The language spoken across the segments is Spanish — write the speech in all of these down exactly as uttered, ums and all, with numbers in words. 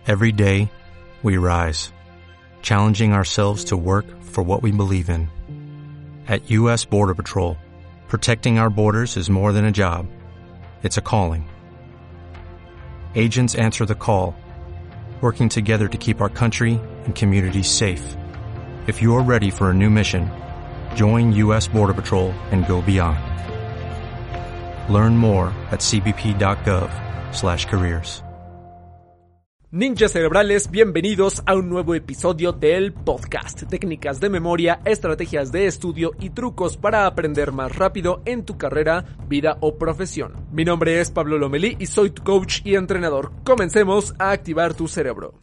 Every day, we rise, challenging ourselves to work for what we believe in. At U S Border Patrol, protecting our borders is more than a job. It's a calling. Agents answer the call, working together to keep our country and communities safe. If you're ready for a new mission, join U S Border Patrol and go beyond. Learn more at cbp.gov slash careers. Ninjas cerebrales, bienvenidos a un nuevo episodio del podcast. Técnicas de memoria, estrategias de estudio y trucos para aprender más rápido en tu carrera, vida o profesión. Mi nombre es Pablo Lomelí y soy tu coach y entrenador. Comencemos a activar tu cerebro.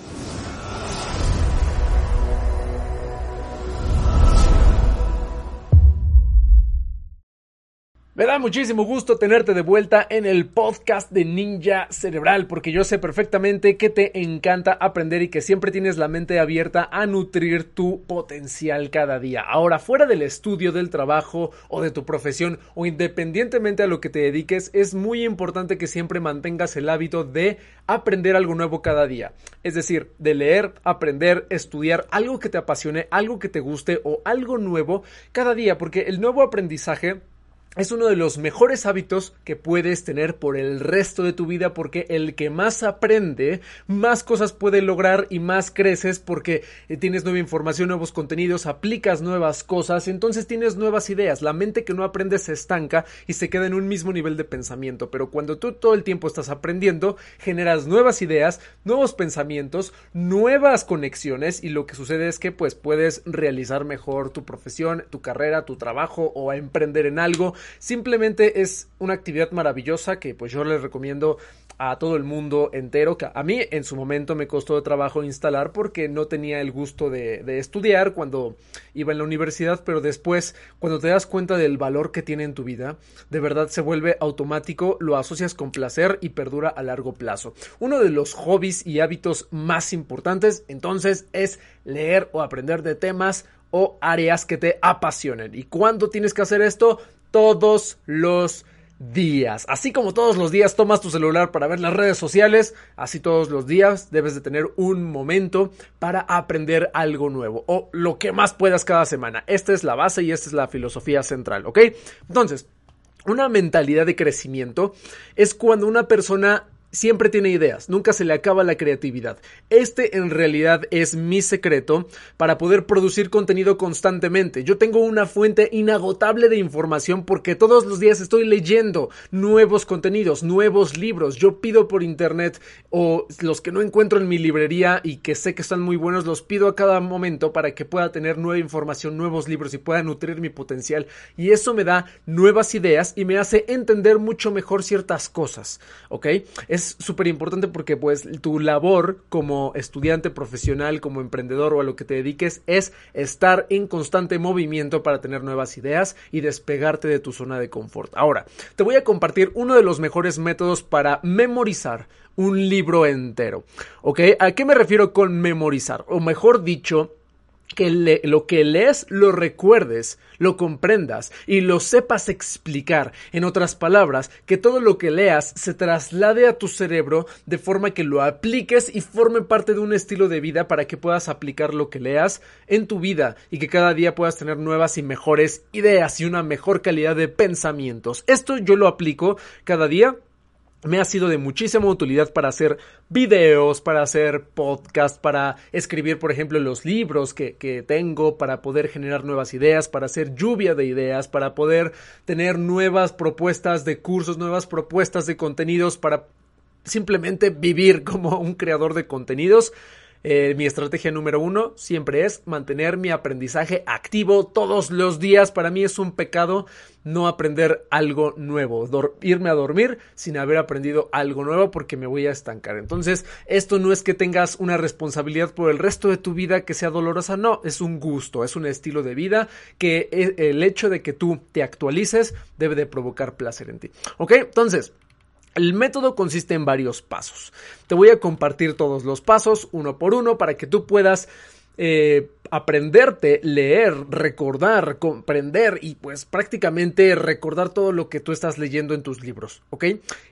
Me da muchísimo gusto tenerte de vuelta en el podcast de Ninja Cerebral, porque yo sé perfectamente que te encanta aprender y que siempre tienes la mente abierta a nutrir tu potencial cada día. Ahora, fuera del estudio, del trabajo o de tu profesión o independientemente a lo que te dediques, es muy importante que siempre mantengas el hábito de aprender algo nuevo cada día. Es decir, de leer, aprender, estudiar algo que te apasione, algo que te guste o algo nuevo cada día, porque el nuevo aprendizaje es uno de los mejores hábitos que puedes tener por el resto de tu vida, porque el que más aprende, más cosas puede lograr y más creces porque tienes nueva información, nuevos contenidos, aplicas nuevas cosas, entonces tienes nuevas ideas. La mente que no aprende se estanca y se queda en un mismo nivel de pensamiento, pero cuando tú todo el tiempo estás aprendiendo, generas nuevas ideas, nuevos pensamientos, nuevas conexiones y lo que sucede es que pues puedes realizar mejor tu profesión, tu carrera, tu trabajo o emprender en algo. Simplemente es una actividad maravillosa que pues yo les recomiendo a todo el mundo entero, que a mí en su momento me costó de trabajo instalar porque no tenía el gusto de, de estudiar cuando iba en la universidad, pero después cuando te das cuenta del valor que tiene en tu vida, de verdad se vuelve automático, lo asocias con placer y perdura a largo plazo. Uno de los hobbies y hábitos más importantes entonces es leer o aprender de temas o áreas que te apasionen. ¿Y cuándo tienes que hacer esto? Todos los días. Así como todos los días tomas tu celular para ver las redes sociales, así todos los días debes de tener un momento para aprender algo nuevo o lo que más puedas cada semana. Esta es la base y esta es la filosofía central, ¿ok? Entonces, una mentalidad de crecimiento es cuando una persona siempre tiene ideas, nunca se le acaba la creatividad. Este en realidad es mi secreto para poder producir contenido constantemente. Yo tengo una fuente inagotable de información porque todos los días estoy leyendo nuevos contenidos, nuevos libros. Yo pido por internet o los que no encuentro en mi librería y que sé que están muy buenos, los pido a cada momento para que pueda tener nueva información, nuevos libros y pueda nutrir mi potencial. Y eso me da nuevas ideas y me hace entender mucho mejor ciertas cosas, ¿ok? Es súper importante porque pues tu labor como estudiante profesional, como emprendedor o a lo que te dediques es estar en constante movimiento para tener nuevas ideas y despegarte de tu zona de confort. Ahora, te voy a compartir uno de los mejores métodos para memorizar un libro entero, ¿ok? ¿A qué me refiero con memorizar? O mejor dicho, que le, lo que lees lo recuerdes, lo comprendas y lo sepas explicar. En otras palabras, que todo lo que leas se traslade a tu cerebro de forma que lo apliques y forme parte de un estilo de vida para que puedas aplicar lo que leas en tu vida y que cada día puedas tener nuevas y mejores ideas y una mejor calidad de pensamientos. Esto yo lo aplico cada día. Me ha sido de muchísima utilidad para hacer videos, para hacer podcast, para escribir, por ejemplo, los libros que, que tengo, para poder generar nuevas ideas, para hacer lluvia de ideas, para poder tener nuevas propuestas de cursos, nuevas propuestas de contenidos, para simplemente vivir como un creador de contenidos. Eh, mi estrategia número uno siempre es mantener mi aprendizaje activo todos los días. Para mí es un pecado no aprender algo nuevo, Dor- irme a dormir sin haber aprendido algo nuevo porque me voy a estancar. Entonces, esto no es que tengas una responsabilidad por el resto de tu vida que sea dolorosa, no, es un gusto, es un estilo de vida que el hecho de que tú te actualices debe de provocar placer en ti. ¿Ok? Entonces, el método consiste en varios pasos. Te voy a compartir todos los pasos uno por uno para que tú puedas eh, aprenderte, leer, recordar, comprender y pues prácticamente recordar todo lo que tú estás leyendo en tus libros, ¿ok?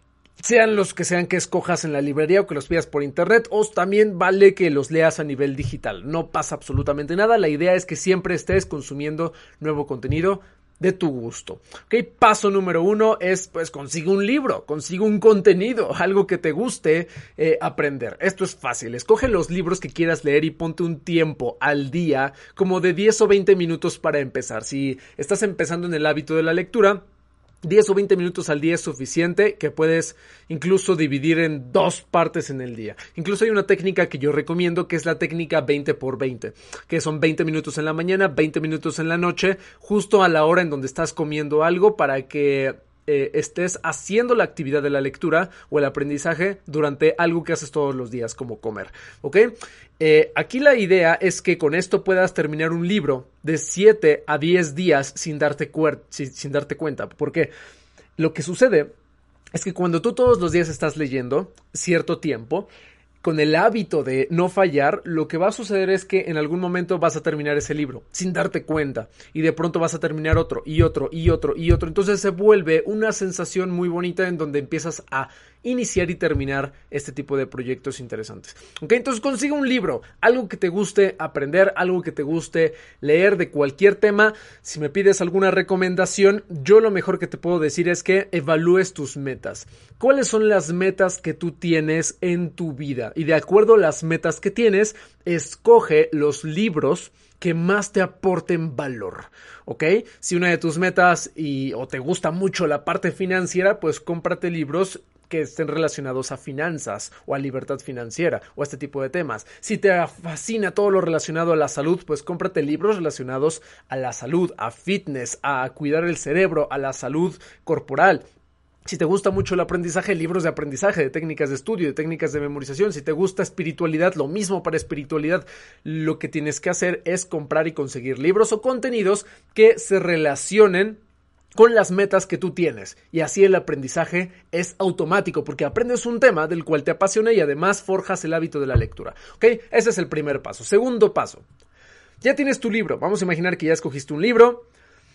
sean los que sean que escojas en la librería o que los pidas por internet, o también vale que los leas a nivel digital. No pasa absolutamente nada. La idea es que siempre estés consumiendo nuevo contenido de tu gusto. Ok, paso número uno es, pues, consigue un libro, consigue un contenido, algo que te guste eh, aprender. Esto es fácil. Escoge los libros que quieras leer y ponte un tiempo al día, como de diez o veinte minutos para empezar. Si estás empezando en el hábito de la lectura, diez o veinte minutos al día es suficiente, que puedes incluso dividir en dos partes en el día. Incluso hay una técnica que yo recomiendo, que es la técnica veinte por veinte, que son veinte minutos en la mañana, veinte minutos en la noche, justo a la hora en donde estás comiendo algo, para que eh, estés haciendo la actividad de la lectura o el aprendizaje durante algo que haces todos los días, como comer, ¿ok? Eh, aquí la idea es que con esto puedas terminar un libro de siete a diez días sin darte, cuer- sin, sin darte cuenta. Porque lo que sucede es que cuando tú todos los días estás leyendo cierto tiempo, con el hábito de no fallar, lo que va a suceder es que en algún momento vas a terminar ese libro sin darte cuenta, y de pronto vas a terminar otro y otro y otro y otro. Entonces se vuelve una sensación muy bonita en donde empiezas a iniciar y terminar este tipo de proyectos interesantes. Ok, entonces consigue un libro, algo que te guste aprender, algo que te guste leer de cualquier tema. Si me pides alguna recomendación, yo lo mejor que te puedo decir es que evalúes tus metas. ¿Cuáles son las metas que tú tienes en tu vida? Y de acuerdo a las metas que tienes, escoge los libros que más te aporten valor, ¿ok? Si una de tus metas y, o te gusta mucho la parte financiera, pues cómprate libros que estén relacionados a finanzas o a libertad financiera o a este tipo de temas. Si te fascina todo lo relacionado a la salud, pues cómprate libros relacionados a la salud, a fitness, a cuidar el cerebro, a la salud corporal. Si te gusta mucho el aprendizaje, libros de aprendizaje, de técnicas de estudio, de técnicas de memorización. Si te gusta espiritualidad, lo mismo para espiritualidad. Lo que tienes que hacer es comprar y conseguir libros o contenidos que se relacionen con las metas que tú tienes, y así el aprendizaje es automático, porque aprendes un tema del cual te apasiona y además forjas el hábito de la lectura. ¿Ok? Ese es el primer paso. Segundo paso. Ya tienes tu libro. Vamos a imaginar que ya escogiste un libro.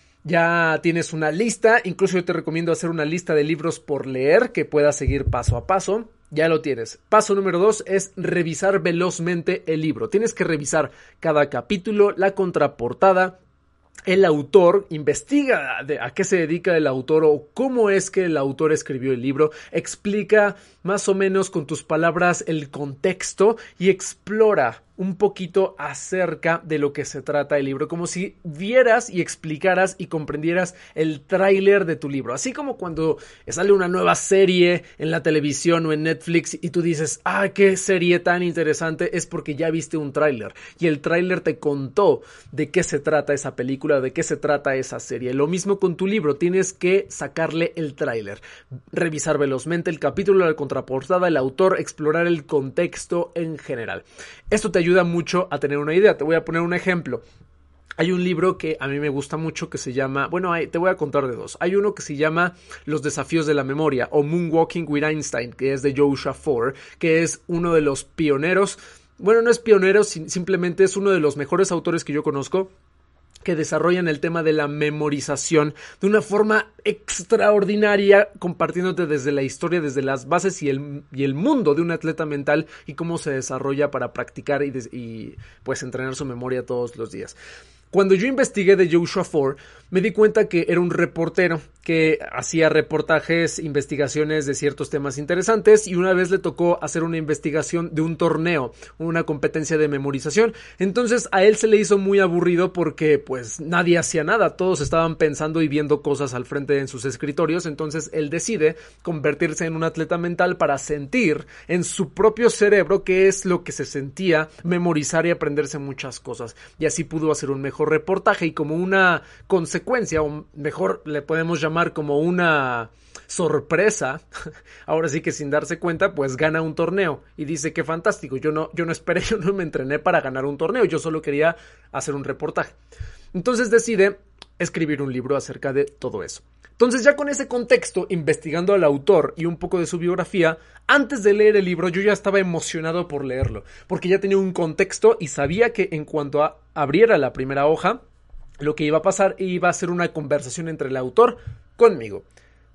Ya tienes una lista, incluso yo te recomiendo hacer una lista de libros por leer que puedas seguir paso a paso. Ya lo tienes. Paso número dos es revisar velozmente el libro. Tienes que revisar cada capítulo, la contraportada, el autor, investiga de a qué se dedica el autor o cómo es que el autor escribió el libro, explica más o menos con tus palabras el contexto y explora un poquito acerca de lo que se trata el libro, como si vieras y explicaras y comprendieras el tráiler de tu libro. Así como cuando sale una nueva serie en la televisión o en Netflix y tú dices, ah, qué serie tan interesante, es porque ya viste un tráiler y el tráiler te contó de qué se trata esa película, de qué se trata esa serie. Lo mismo con tu libro, tienes que sacarle el tráiler, revisar velozmente el capítulo, la contraportada, el autor, explorar el contexto en general. Esto te ayuda ayuda mucho a tener una idea. Te voy a poner un ejemplo. Hay un libro que a mí me gusta mucho que se llama, bueno, hay, te voy a contar de dos. Hay uno que se llama Los desafíos de la memoria o Moonwalking with Einstein, que es de Joshua Foer, que es uno de los pioneros, bueno, no es pionero, simplemente es uno de los mejores autores que yo conozco, que desarrollan el tema de la memorización de una forma extraordinaria, compartiéndote desde la historia, desde las bases y el, y el mundo de un atleta mental y cómo se desarrolla para practicar y, des, y pues entrenar su memoria todos los días. Cuando yo investigué de Joshua Foer, me di cuenta que era un reportero que hacía reportajes, investigaciones de ciertos temas interesantes, y una vez le tocó hacer una investigación de un torneo, una competencia de memorización. Entonces a él se le hizo muy aburrido porque pues nadie hacía nada, todos estaban pensando y viendo cosas al frente en sus escritorios. Entonces él decide convertirse en un atleta mental para sentir en su propio cerebro qué es lo que se sentía memorizar y aprenderse muchas cosas, y así pudo hacer un mejor reportaje, y como una consecuencia, o mejor le podemos llamar como una sorpresa, ahora sí que sin darse cuenta, pues gana un torneo y dice que fantástico, yo no, yo no esperé, yo no me entrené para ganar un torneo, yo solo quería hacer un reportaje. Entonces decide escribir un libro acerca de todo eso. Entonces ya con ese contexto, investigando al autor y un poco de su biografía, antes de leer el libro yo ya estaba emocionado por leerlo, porque ya tenía un contexto y sabía que en cuanto a abriera la primera hoja, lo que iba a pasar iba a ser una conversación entre el autor conmigo.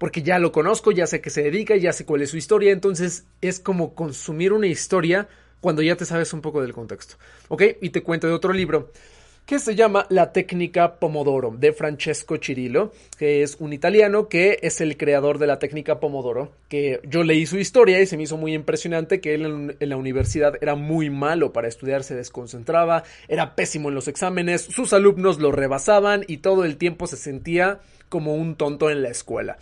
porque ya lo conozco, ya sé a qué se dedica, ya sé cuál es su historia, entonces es como consumir una historia cuando ya te sabes un poco del contexto, ¿ok? Y te cuento de otro libro que se llama La técnica Pomodoro, de Francesco Cirillo, que es un italiano que es el creador de la técnica Pomodoro, que yo leí su historia y se me hizo muy impresionante que él en, en la universidad era muy malo para estudiar, se desconcentraba, era pésimo en los exámenes, sus alumnos lo rebasaban y todo el tiempo se sentía como un tonto en la escuela.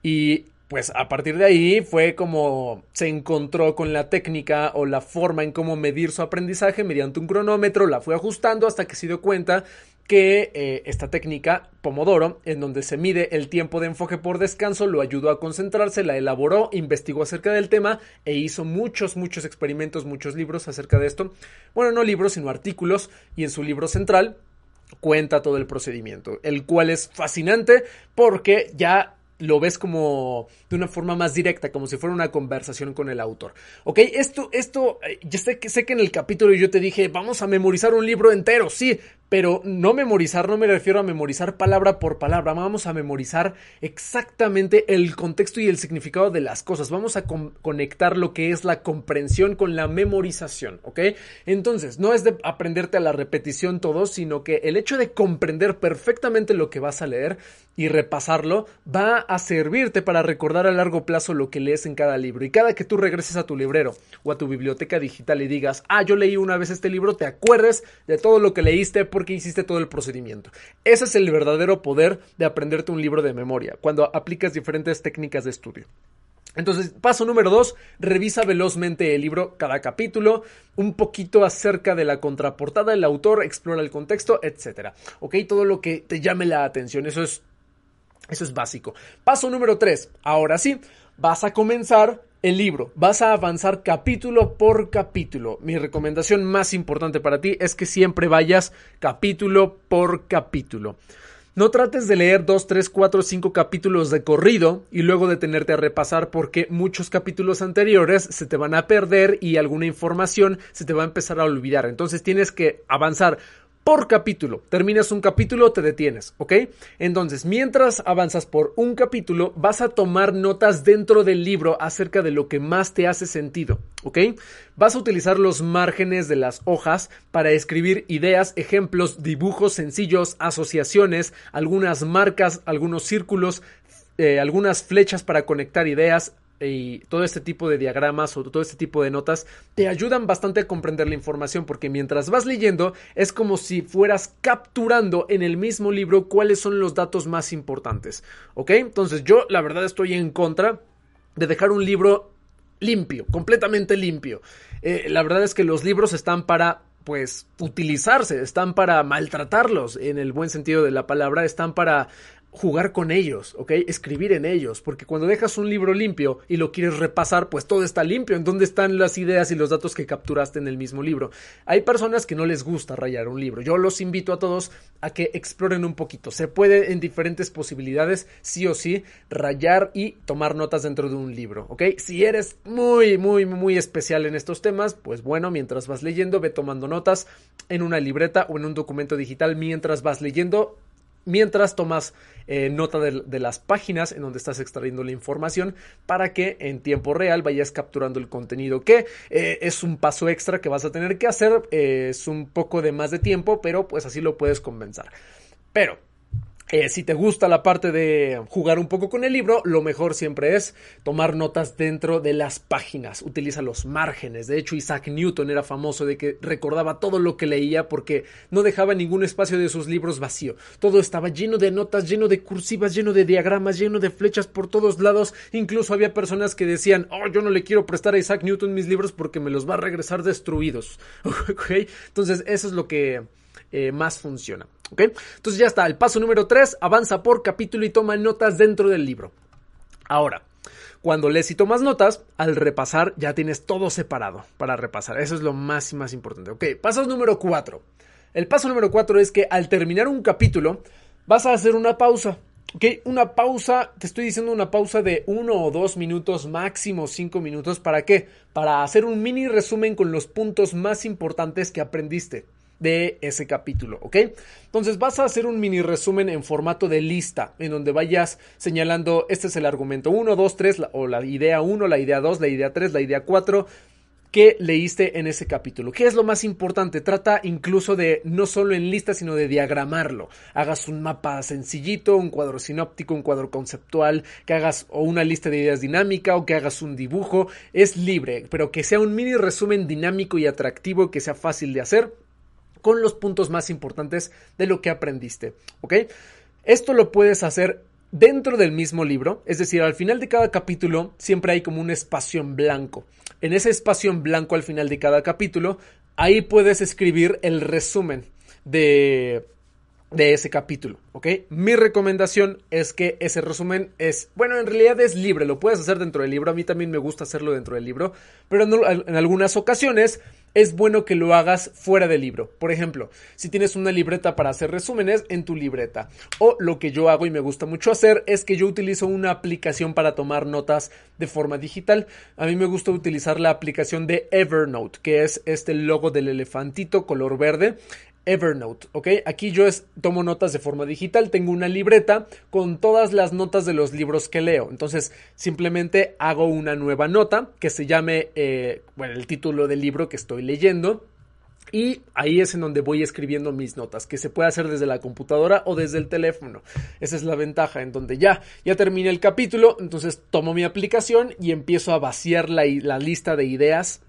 Y pues a partir de ahí fue como se encontró con la técnica o la forma en cómo medir su aprendizaje mediante un cronómetro, la fue ajustando hasta que se dio cuenta que eh, esta técnica Pomodoro, en donde se mide el tiempo de enfoque por descanso, lo ayudó a concentrarse, la elaboró, investigó acerca del tema e hizo muchos, muchos experimentos, muchos libros acerca de esto. Bueno, no libros, sino artículos, y en su libro central cuenta todo el procedimiento, el cual es fascinante porque ya lo ves como de una forma más directa, como si fuera una conversación con el autor. Ok, esto, esto, yo sé que, sé que en el capítulo yo te dije, vamos a memorizar un libro entero, sí, pero no memorizar, no me refiero a memorizar palabra por palabra, vamos a memorizar exactamente el contexto y el significado de las cosas, vamos a con- conectar lo que es la comprensión con la memorización, ¿ok? Entonces, no es de aprenderte a la repetición todo, sino que el hecho de comprender perfectamente lo que vas a leer y repasarlo va a servirte para recordar a largo plazo lo que lees en cada libro, y cada que tú regreses a tu librero o a tu biblioteca digital y digas, ah, yo leí una vez este libro, te acuerdes de todo lo que leíste porque hiciste todo el procedimiento. Ese es el verdadero poder de aprenderte un libro de memoria, cuando aplicas diferentes técnicas de estudio. Entonces, paso número dos, revisa velozmente el libro, cada capítulo, un poquito acerca de la contraportada del autor, explora el contexto, etcétera. Ok, todo lo que te llame la atención, eso es, eso es básico. Paso número tres, ahora sí, vas a comenzar el libro, vas a avanzar capítulo por capítulo. Mi recomendación más importante para ti es que siempre vayas capítulo por capítulo. No trates de leer dos, tres, cuatro, cinco capítulos de corrido y luego detenerte a repasar, porque muchos capítulos anteriores se te van a perder y alguna información se te va a empezar a olvidar. Entonces tienes que avanzar por capítulo. Terminas un capítulo, te detienes, ¿ok? Entonces, mientras avanzas por un capítulo, vas a tomar notas dentro del libro acerca de lo que más te hace sentido, ¿ok? Vas a utilizar los márgenes de las hojas para escribir ideas, ejemplos, dibujos sencillos, asociaciones, algunas marcas, algunos círculos, eh, algunas flechas para conectar ideas, y todo este tipo de diagramas o todo este tipo de notas te ayudan bastante a comprender la información, porque mientras vas leyendo es como si fueras capturando en el mismo libro cuáles son los datos más importantes, ¿ok? Entonces yo la verdad estoy en contra de dejar un libro limpio, completamente limpio. Eh, la verdad es que los libros están para pues utilizarse, están para maltratarlos en el buen sentido de la palabra, están para jugar con ellos, ¿ok? Escribir en ellos, porque cuando dejas un libro limpio y lo quieres repasar, pues todo está limpio. ¿En dónde están las ideas y los datos que capturaste en el mismo libro? Hay personas que no les gusta rayar un libro. Yo los invito a todos a que exploren un poquito. Se puede en diferentes posibilidades, sí o sí, rayar y tomar notas dentro de un libro, ¿ok? Si eres muy, muy, muy especial en estos temas, pues bueno, mientras vas leyendo, ve tomando notas en una libreta o en un documento digital mientras vas leyendo, mientras tomas eh, nota de, de las páginas en donde estás extrayendo la información, para que en tiempo real vayas capturando el contenido, que eh, es un paso extra que vas a tener que hacer, eh, es un poco de más de tiempo, pero pues así lo puedes comenzar. Pero Eh, si te gusta la parte de jugar un poco con el libro, lo mejor siempre es tomar notas dentro de las páginas. Utiliza los márgenes. De hecho, Isaac Newton era famoso de que recordaba todo lo que leía porque no dejaba ningún espacio de sus libros vacío. Todo estaba lleno de notas, lleno de cursivas, lleno de diagramas, lleno de flechas por todos lados. Incluso había personas que decían, oh, yo no le quiero prestar a Isaac Newton mis libros porque me los va a regresar destruidos. ¿Okay? Entonces, eso es lo que eh, más funciona. ¿Ok? Entonces ya está, el paso número tres, avanza por capítulo y toma notas dentro del libro. Ahora, cuando lees y tomas notas, al repasar ya tienes todo separado para repasar. Eso es lo más y más importante. Ok, paso número cuatro. El paso número cuatro es que al terminar un capítulo vas a hacer una pausa. Ok, una pausa, te estoy diciendo una pausa de uno o dos minutos, máximo cinco minutos. ¿Para qué? Para hacer un mini resumen con los puntos más importantes que aprendiste. de ese capítulo, ¿ok? Entonces vas a hacer un mini resumen en formato de lista, en donde vayas señalando, este es el argumento uno, dos, tres, o la idea uno, la idea dos, la idea tres, la idea cuatro, que leíste en ese capítulo. ¿Qué es lo más importante? Trata incluso de, no solo en lista, sino de diagramarlo. Hagas un mapa sencillito, un cuadro sinóptico, un cuadro conceptual, que hagas o una lista de ideas dinámica o que hagas un dibujo. Es libre, pero que sea un mini resumen dinámico y atractivo, que sea fácil de hacer, con los puntos más importantes de lo que aprendiste, ¿ok? Esto lo puedes hacer dentro del mismo libro, es decir, al final de cada capítulo siempre hay como un espacio en blanco. En ese espacio en blanco al final de cada capítulo, ahí puedes escribir el resumen de, de ese capítulo, ¿ok? Mi recomendación es que ese resumen es, bueno, en realidad es libre, lo puedes hacer dentro del libro, a mí también me gusta hacerlo dentro del libro, pero en, en algunas ocasiones es bueno que lo hagas fuera del libro. Por ejemplo, si tienes una libreta para hacer resúmenes, en tu libreta. O lo que yo hago y me gusta mucho hacer es que yo utilizo una aplicación para tomar notas de forma digital. A mí me gusta utilizar la aplicación de Evernote, que es este logo del elefantito color verde. Evernote, ¿ok? Aquí yo es, tomo notas de forma digital, tengo una libreta con todas las notas de los libros que leo. Entonces, simplemente hago una nueva nota que se llame, eh, bueno, el título del libro que estoy leyendo. Y ahí es en donde voy escribiendo mis notas, que se puede hacer desde la computadora o desde el teléfono. Esa es la ventaja, en donde ya, ya terminé el capítulo, entonces tomo mi aplicación y empiezo a vaciar la, la lista de ideas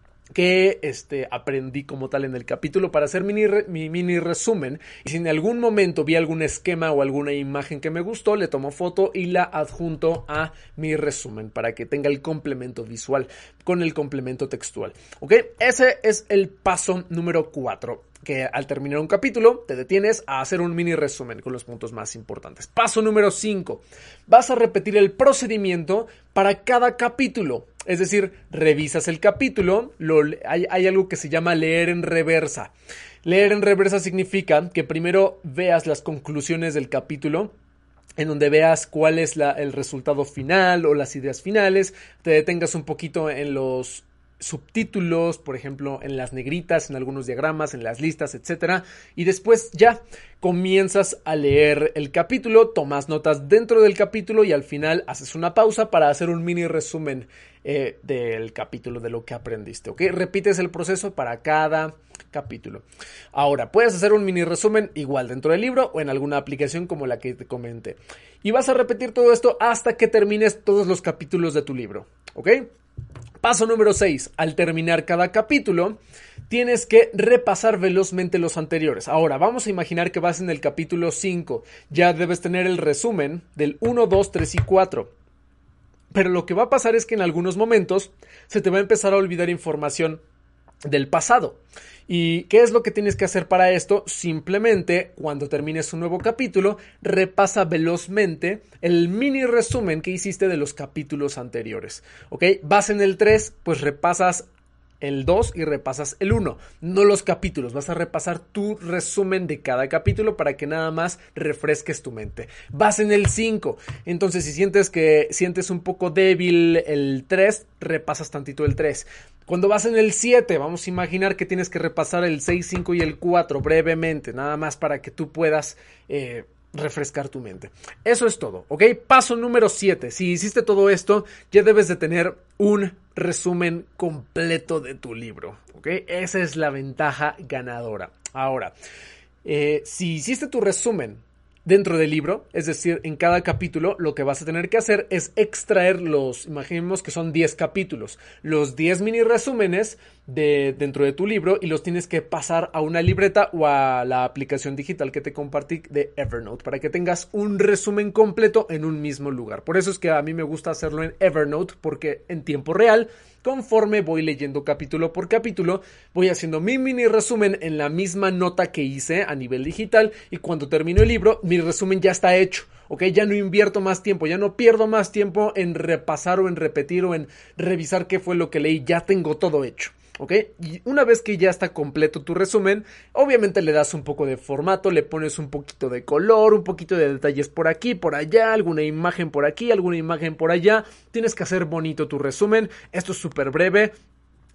que este, aprendí como tal en el capítulo para hacer mini re, mi mini resumen. Y si en algún momento vi algún esquema o alguna imagen que me gustó, le tomo foto y la adjunto a mi resumen para que tenga el complemento visual con el complemento textual. ¿Ok? Ese es el paso número cuatro. Que al terminar un capítulo te detienes a hacer un mini resumen con los puntos más importantes. Paso número cinco. Vas a repetir el procedimiento para cada capítulo. Es decir, revisas el capítulo, lo, hay, hay algo que se llama leer en reversa. Leer en reversa significa que primero veas las conclusiones del capítulo, en donde veas cuál es la, el resultado final o las ideas finales, te detengas un poquito en los subtítulos, por ejemplo, en las negritas, en algunos diagramas, en las listas, etcétera, y después ya comienzas a leer el capítulo, tomas notas dentro del capítulo y al final haces una pausa para hacer un mini resumen eh, del capítulo, de lo que aprendiste, ¿ok? Repites el proceso para cada capítulo. Ahora, puedes hacer un mini resumen igual dentro del libro o en alguna aplicación como la que te comenté. Y vas a repetir todo esto hasta que termines todos los capítulos de tu libro, ¿ok? Paso número seis. Al terminar cada capítulo, tienes que repasar velozmente los anteriores. Ahora, vamos a imaginar que vas en el capítulo cinco. Ya debes tener el resumen del uno, dos, tres y cuatro. Pero lo que va a pasar es que en algunos momentos se te va a empezar a olvidar información del pasado. ¿Y qué es lo que tienes que hacer para esto? Simplemente, cuando termines un nuevo capítulo, repasa velozmente el mini resumen que hiciste de los capítulos anteriores, ¿ok? Vas en el tres, pues repasas el dos y repasas el uno, no los capítulos, vas a repasar tu resumen de cada capítulo para que nada más refresques tu mente. Vas en el cinco, entonces si sientes que sientes un poco débil el tres, repasas tantito el tres. Cuando vas en el siete, vamos a imaginar que tienes que repasar el seis, cinco y el cuatro brevemente, nada más para que tú puedas eh, refrescar tu mente. Eso es todo, ¿ok? Paso número siete. Si hiciste todo esto, ya debes de tener un resumen completo de tu libro, ¿ok? Esa es la ventaja ganadora. Ahora, eh, si hiciste tu resumen dentro del libro, es decir, en cada capítulo, lo que vas a tener que hacer es extraer los, imaginemos que son diez capítulos, los diez mini resúmenes de, dentro de tu libro y los tienes que pasar a una libreta o a la aplicación digital que te compartí de Evernote para que tengas un resumen completo en un mismo lugar. Por eso es que a mí me gusta hacerlo en Evernote, porque en tiempo real, conforme voy leyendo capítulo por capítulo, voy haciendo mi mini resumen en la misma nota que hice a nivel digital y cuando termino el libro, mi resumen ya está hecho, ¿ok? Ya no invierto más tiempo, ya no pierdo más tiempo en repasar o en repetir o en revisar qué fue lo que leí, ya tengo todo hecho, ¿ok? Y una vez que ya está completo tu resumen, obviamente le das un poco de formato, le pones un poquito de color, un poquito de detalles por aquí, por allá, alguna imagen por aquí, alguna imagen por allá. Tienes que hacer bonito tu resumen. Esto es súper breve.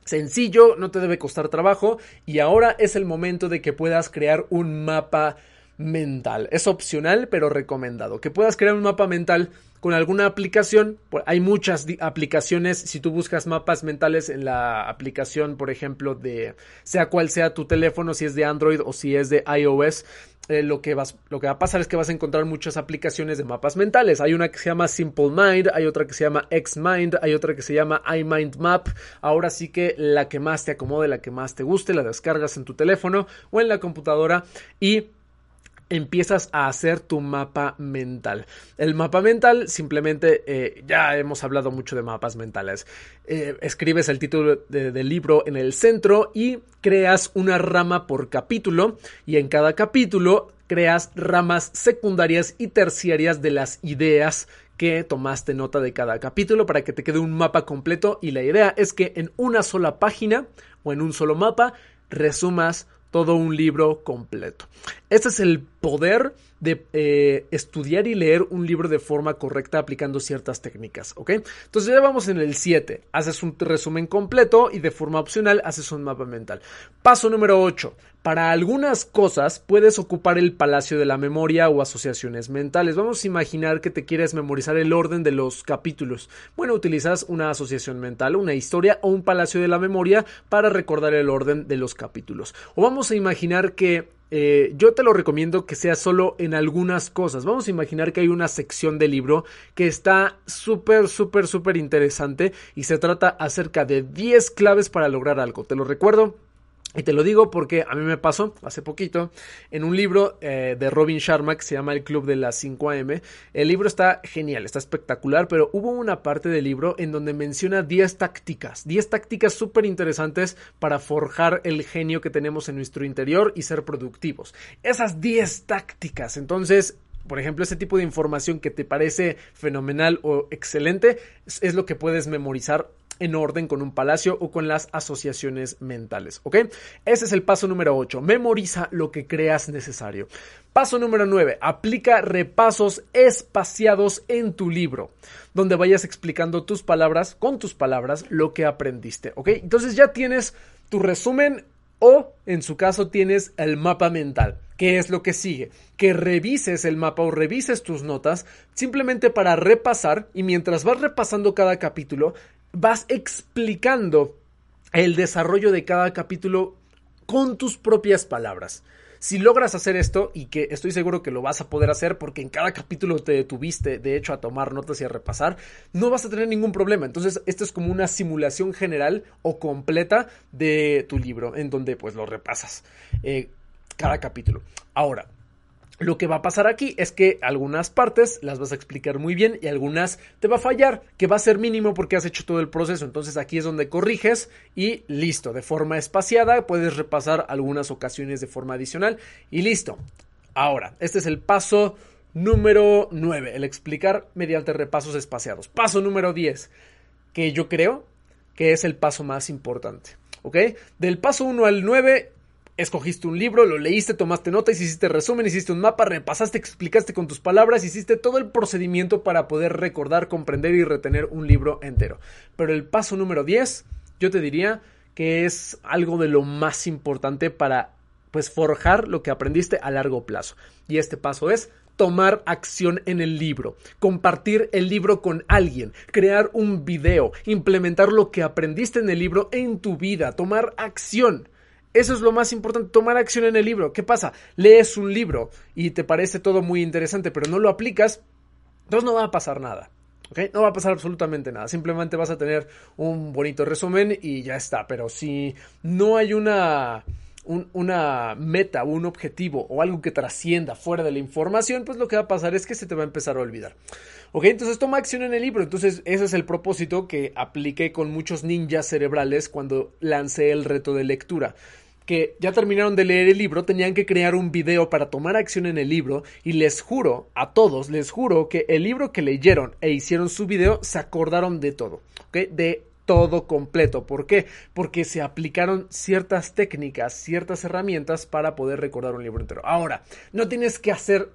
Sencillo, no te debe costar trabajo y ahora es el momento de que puedas crear un mapa mental. Es opcional, pero recomendado. Que puedas crear un mapa mental con alguna aplicación. Hay muchas aplicaciones. Si tú buscas mapas mentales en la aplicación, por ejemplo, de sea cual sea tu teléfono, si es de Android o si es de iOS, eh, lo que vas, lo que va a pasar es que vas a encontrar muchas aplicaciones de mapas mentales. Hay una que se llama Simple Mind, hay otra que se llama X-Mind, hay otra que se llama iMind Map. Ahora sí que la que más te acomode, la que más te guste, la descargas en tu teléfono o en la computadora y empiezas a hacer tu mapa mental. El mapa mental simplemente, eh, ya hemos hablado mucho de mapas mentales. Eh, escribes el título de, del libro en el centro y creas una rama por capítulo y en cada capítulo creas ramas secundarias y terciarias de las ideas que tomaste nota de cada capítulo para que te quede un mapa completo y la idea es que en una sola página o en un solo mapa resumas todo un libro completo. Este es el poder de eh, estudiar y leer un libro de forma correcta aplicando ciertas técnicas, ¿ok? Entonces ya vamos en el siete. Haces un resumen completo y de forma opcional haces un mapa mental. Paso número ocho. Para algunas cosas puedes ocupar el palacio de la memoria o asociaciones mentales. Vamos a imaginar que te quieres memorizar el orden de los capítulos. Bueno, utilizas una asociación mental, una historia o un palacio de la memoria para recordar el orden de los capítulos. O vamos a imaginar que Eh, yo te lo recomiendo que sea solo en algunas cosas. Vamos a imaginar que hay una sección del libro que está súper, súper, súper interesante y se trata acerca de diez claves para lograr algo. Te lo recuerdo. Y te lo digo porque a mí me pasó hace poquito en un libro eh, de Robin Sharma que se llama El Club de las cinco a eme. El libro está genial, está espectacular, pero hubo una parte del libro en donde menciona diez tácticas, diez tácticas súper interesantes para forjar el genio que tenemos en nuestro interior y ser productivos. Esas diez tácticas, entonces, por ejemplo, ese tipo de información que te parece fenomenal o excelente es, es lo que puedes memorizar en orden con un palacio o con las asociaciones mentales, ¿ok? Ese es el paso número ocho. Memoriza lo que creas necesario. Paso número nueve. Aplica repasos espaciados en tu libro, donde vayas explicando tus palabras, con tus palabras, lo que aprendiste, ¿ok? Entonces ya tienes tu resumen o, en su caso, tienes el mapa mental. ¿Qué es lo que sigue? Que revises el mapa o revises tus notas simplemente para repasar y mientras vas repasando cada capítulo, vas explicando el desarrollo de cada capítulo con tus propias palabras. Si logras hacer esto, y que estoy seguro que lo vas a poder hacer porque en cada capítulo te detuviste, de hecho, a tomar notas y a repasar, no vas a tener ningún problema. Entonces, esto es como una simulación general o completa de tu libro, en donde pues lo repasas eh, cada capítulo. Ahora, lo que va a pasar aquí es que algunas partes las vas a explicar muy bien y algunas te va a fallar, que va a ser mínimo porque has hecho todo el proceso. Entonces aquí es donde corriges y listo, de forma espaciada puedes repasar algunas ocasiones de forma adicional y listo. Ahora, este es el paso número nueve, el explicar mediante repasos espaciados. Paso número diez, que yo creo que es el paso más importante, ¿ok? Del paso uno al nueve... escogiste un libro, lo leíste, tomaste notas, hiciste resumen, hiciste un mapa, repasaste, explicaste con tus palabras, hiciste todo el procedimiento para poder recordar, comprender y retener un libro entero. Pero el paso número diez, yo te diría que es algo de lo más importante para pues forjar lo que aprendiste a largo plazo. Y este paso es tomar acción en el libro, compartir el libro con alguien, crear un video, implementar lo que aprendiste en el libro en tu vida, tomar acción. Eso es lo más importante, tomar acción en el libro. ¿Qué pasa? Lees un libro y te parece todo muy interesante, pero no lo aplicas, entonces no va a pasar nada. ¿Ok? No va a pasar absolutamente nada. Simplemente vas a tener un bonito resumen y ya está. Pero si no hay una, un, una meta, un objetivo o algo que trascienda fuera de la información, pues lo que va a pasar es que se te va a empezar a olvidar. Ok, entonces toma acción en el libro. Entonces ese es el propósito que apliqué con muchos ninjas cerebrales cuando lancé el reto de lectura. Que ya terminaron de leer el libro, tenían que crear un video para tomar acción en el libro y les juro, a todos, les juro que el libro que leyeron e hicieron su video se acordaron de todo, ¿ok? De todo completo. ¿Por qué? Porque se aplicaron ciertas técnicas, ciertas herramientas para poder recordar un libro entero. Ahora, no tienes que hacer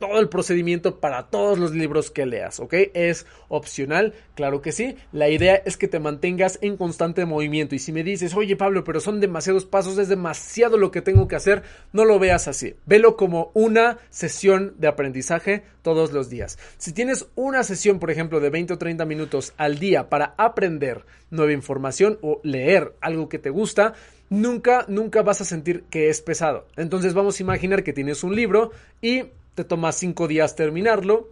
todo el procedimiento para todos los libros que leas, ¿ok? Es opcional, claro que sí. La idea es que te mantengas en constante movimiento. Y si me dices, oye Pablo, pero son demasiados pasos, es demasiado lo que tengo que hacer, no lo veas así. Velo como una sesión de aprendizaje todos los días. Si tienes una sesión, por ejemplo, de veinte o treinta minutos al día para aprender nueva información o leer algo que te gusta, nunca, nunca vas a sentir que es pesado. Entonces vamos a imaginar que tienes un libro y te toma cinco días terminarlo.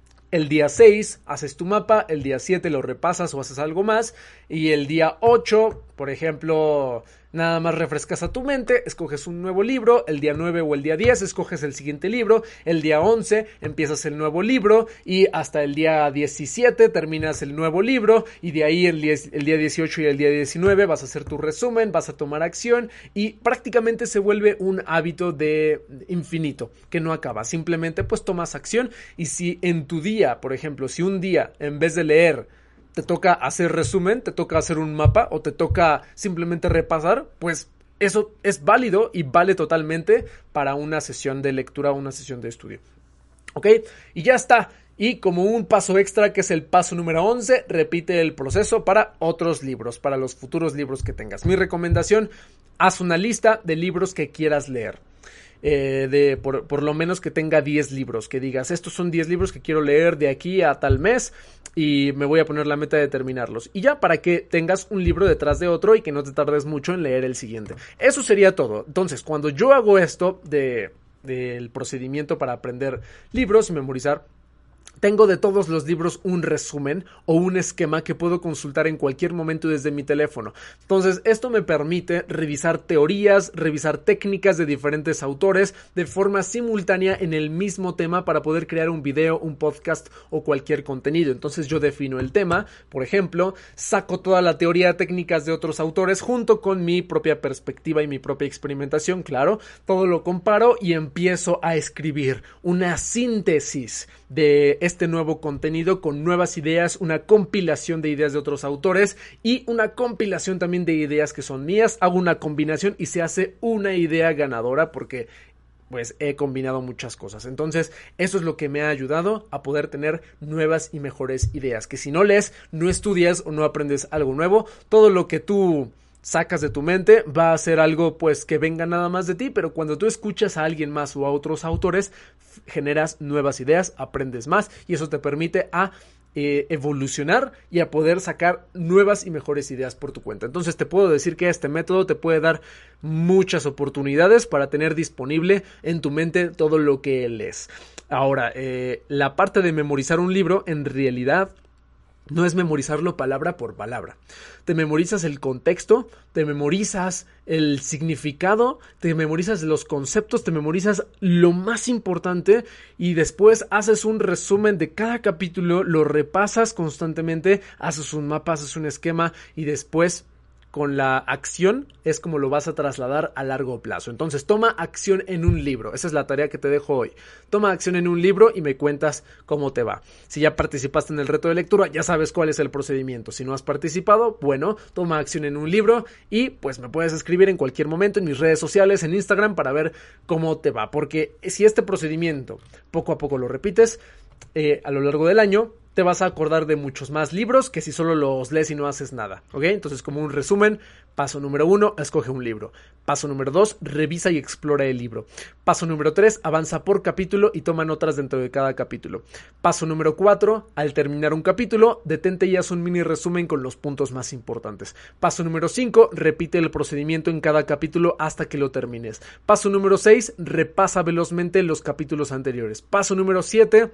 El día seis haces tu mapa, el día siete lo repasas o haces algo más, y el día ocho, por ejemplo, nada más refrescas a tu mente, escoges un nuevo libro, el día nueve o el día diez escoges el siguiente libro, el día once empiezas el nuevo libro y hasta el día diecisiete terminas el nuevo libro, y de ahí el, diez, el día dieciocho y el día diecinueve vas a hacer tu resumen, vas a tomar acción y prácticamente se vuelve un hábito de infinito que no acaba. Simplemente pues tomas acción, y si en tu día, por ejemplo, si un día en vez de leer te toca hacer resumen, te toca hacer un mapa o te toca simplemente repasar, pues eso es válido y vale totalmente para una sesión de lectura o una sesión de estudio. ¿Ok? Y ya está. Y como un paso extra, que es el paso número once, repite el proceso para otros libros, para los futuros libros que tengas. Mi recomendación, haz una lista de libros que quieras leer. Eh, de por, por lo menos que tenga diez libros, que digas, estos son diez libros que quiero leer de aquí a tal mes y me voy a poner la meta de terminarlos, y ya, para que tengas un libro detrás de otro y que no te tardes mucho en leer el siguiente. Eso sería todo. Entonces, cuando yo hago esto de, del procedimiento para aprender libros y memorizar, tengo de todos los libros un resumen o un esquema que puedo consultar en cualquier momento desde mi teléfono. Entonces, esto me permite revisar teorías, revisar técnicas de diferentes autores de forma simultánea en el mismo tema para poder crear un video, un podcast o cualquier contenido. Entonces, yo defino el tema, por ejemplo, saco toda la teoría, técnicas de otros autores junto con mi propia perspectiva y mi propia experimentación, claro. Todo lo comparo y empiezo a escribir una síntesis de este nuevo contenido con nuevas ideas, una compilación de ideas de otros autores y una compilación también de ideas que son mías. Hago una combinación y se hace una idea ganadora porque pues he combinado muchas cosas. Entonces, eso es lo que me ha ayudado a poder tener nuevas y mejores ideas, que si no lees, no estudias o no aprendes algo nuevo, todo lo que tú sacas de tu mente va a ser algo pues que venga nada más de ti, pero cuando tú escuchas a alguien más o a otros autores, generas nuevas ideas, aprendes más y eso te permite a eh, evolucionar y a poder sacar nuevas y mejores ideas por tu cuenta. Entonces te puedo decir que este método te puede dar muchas oportunidades para tener disponible en tu mente todo lo que lees. Ahora, eh, la parte de memorizar un libro en realidad no es memorizarlo palabra por palabra. Te memorizas el contexto, te memorizas el significado, te memorizas los conceptos, te memorizas lo más importante y después haces un resumen de cada capítulo, lo repasas constantemente, haces un mapa, haces un esquema y después con la acción es como lo vas a trasladar a largo plazo. Entonces toma acción en un libro. Esa es la tarea que te dejo hoy. Toma acción en un libro y me cuentas cómo te va. Si ya participaste en el reto de lectura, ya sabes cuál es el procedimiento. Si no has participado, bueno, toma acción en un libro y pues me puedes escribir en cualquier momento en mis redes sociales, en Instagram, para ver cómo te va. Porque si este procedimiento poco a poco lo repites eh, a lo largo del año, te vas a acordar de muchos más libros que si solo los lees y no haces nada, ¿ok? Entonces, como un resumen, paso número uno, escoge un libro. Paso número dos, revisa y explora el libro. Paso número tres, avanza por capítulo y toma notas dentro de cada capítulo. Paso número cuatro, al terminar un capítulo, detente y haz un mini resumen con los puntos más importantes. Paso número cinco, repite el procedimiento en cada capítulo hasta que lo termines. Paso número seis, repasa velozmente los capítulos anteriores. Paso número siete,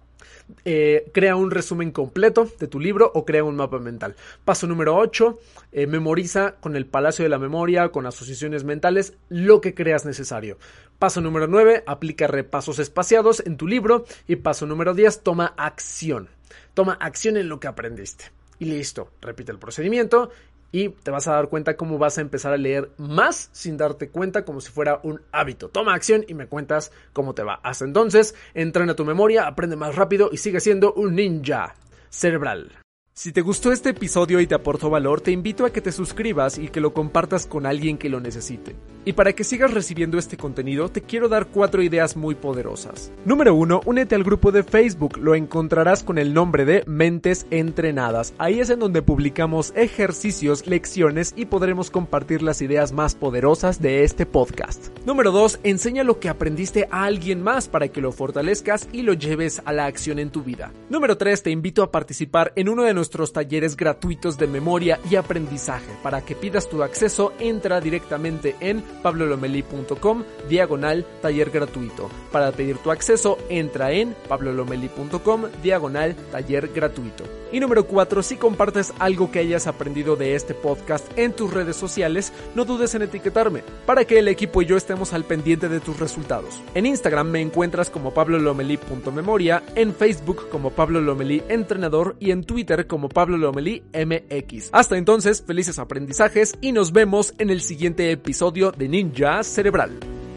Eh, crea un resumen completo de tu libro o crea un mapa mental. Paso número ocho, eh, memoriza con el palacio de la memoria, con asociaciones mentales, lo que creas necesario. Paso número nueve, aplica repasos espaciados en tu libro. Y paso número diez, toma acción. Toma acción en lo que aprendiste. Y listo, repite el procedimiento y te vas a dar cuenta cómo vas a empezar a leer más sin darte cuenta, como si fuera un hábito. Toma acción y me cuentas cómo te va. Hasta entonces, entrena tu memoria, aprende más rápido y sigue siendo un ninja cerebral. Si te gustó este episodio y te aportó valor, te invito a que te suscribas y que lo compartas con alguien que lo necesite. Y para que sigas recibiendo este contenido, te quiero dar cuatro ideas muy poderosas. Número uno, únete al grupo de Facebook. Lo encontrarás con el nombre de Mentes Entrenadas. Ahí es en donde publicamos ejercicios, lecciones y podremos compartir las ideas más poderosas de este podcast. Número dos, enseña lo que aprendiste a alguien más para que lo fortalezcas y lo lleves a la acción en tu vida. Número tres, te invito a participar en uno de nuestros talleres gratuitos de memoria y aprendizaje. Para que pidas tu acceso, entra directamente en pablolomeli.com diagonal taller gratuito. Para pedir tu acceso, entra en pablolomeli.com diagonal taller gratuito. Y número cuatro, si compartes algo que hayas aprendido de este podcast en tus redes sociales, no dudes en etiquetarme, para que el equipo y yo estemos al pendiente de tus resultados. En Instagram me encuentras como pablolomeli.memoria, en Facebook como Pablo Lomelí Entrenador y en Twitter como Pablo Lomelí M X. Hasta entonces, felices aprendizajes y nos vemos en el siguiente episodio de Ninja Cerebral.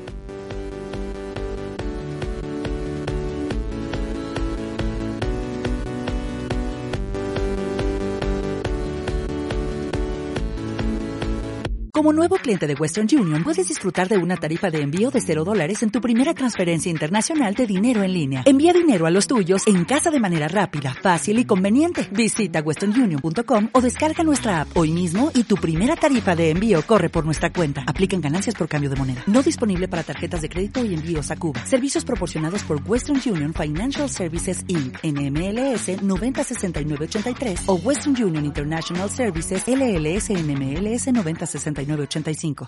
Como nuevo cliente de Western Union, puedes disfrutar de una tarifa de envío de cero dólares en tu primera transferencia internacional de dinero en línea. Envía dinero a los tuyos en casa de manera rápida, fácil y conveniente. Visita western union punto com o descarga nuestra app hoy mismo y tu primera tarifa de envío corre por nuestra cuenta. Aplican ganancias por cambio de moneda. No disponible para tarjetas de crédito y envíos a Cuba. Servicios proporcionados por Western Union Financial Services Incorporated. N M L S noventa sesenta y nueve ochenta y tres o Western Union International Services L L S N M L S noventa sesenta y nueve ochenta y cinco.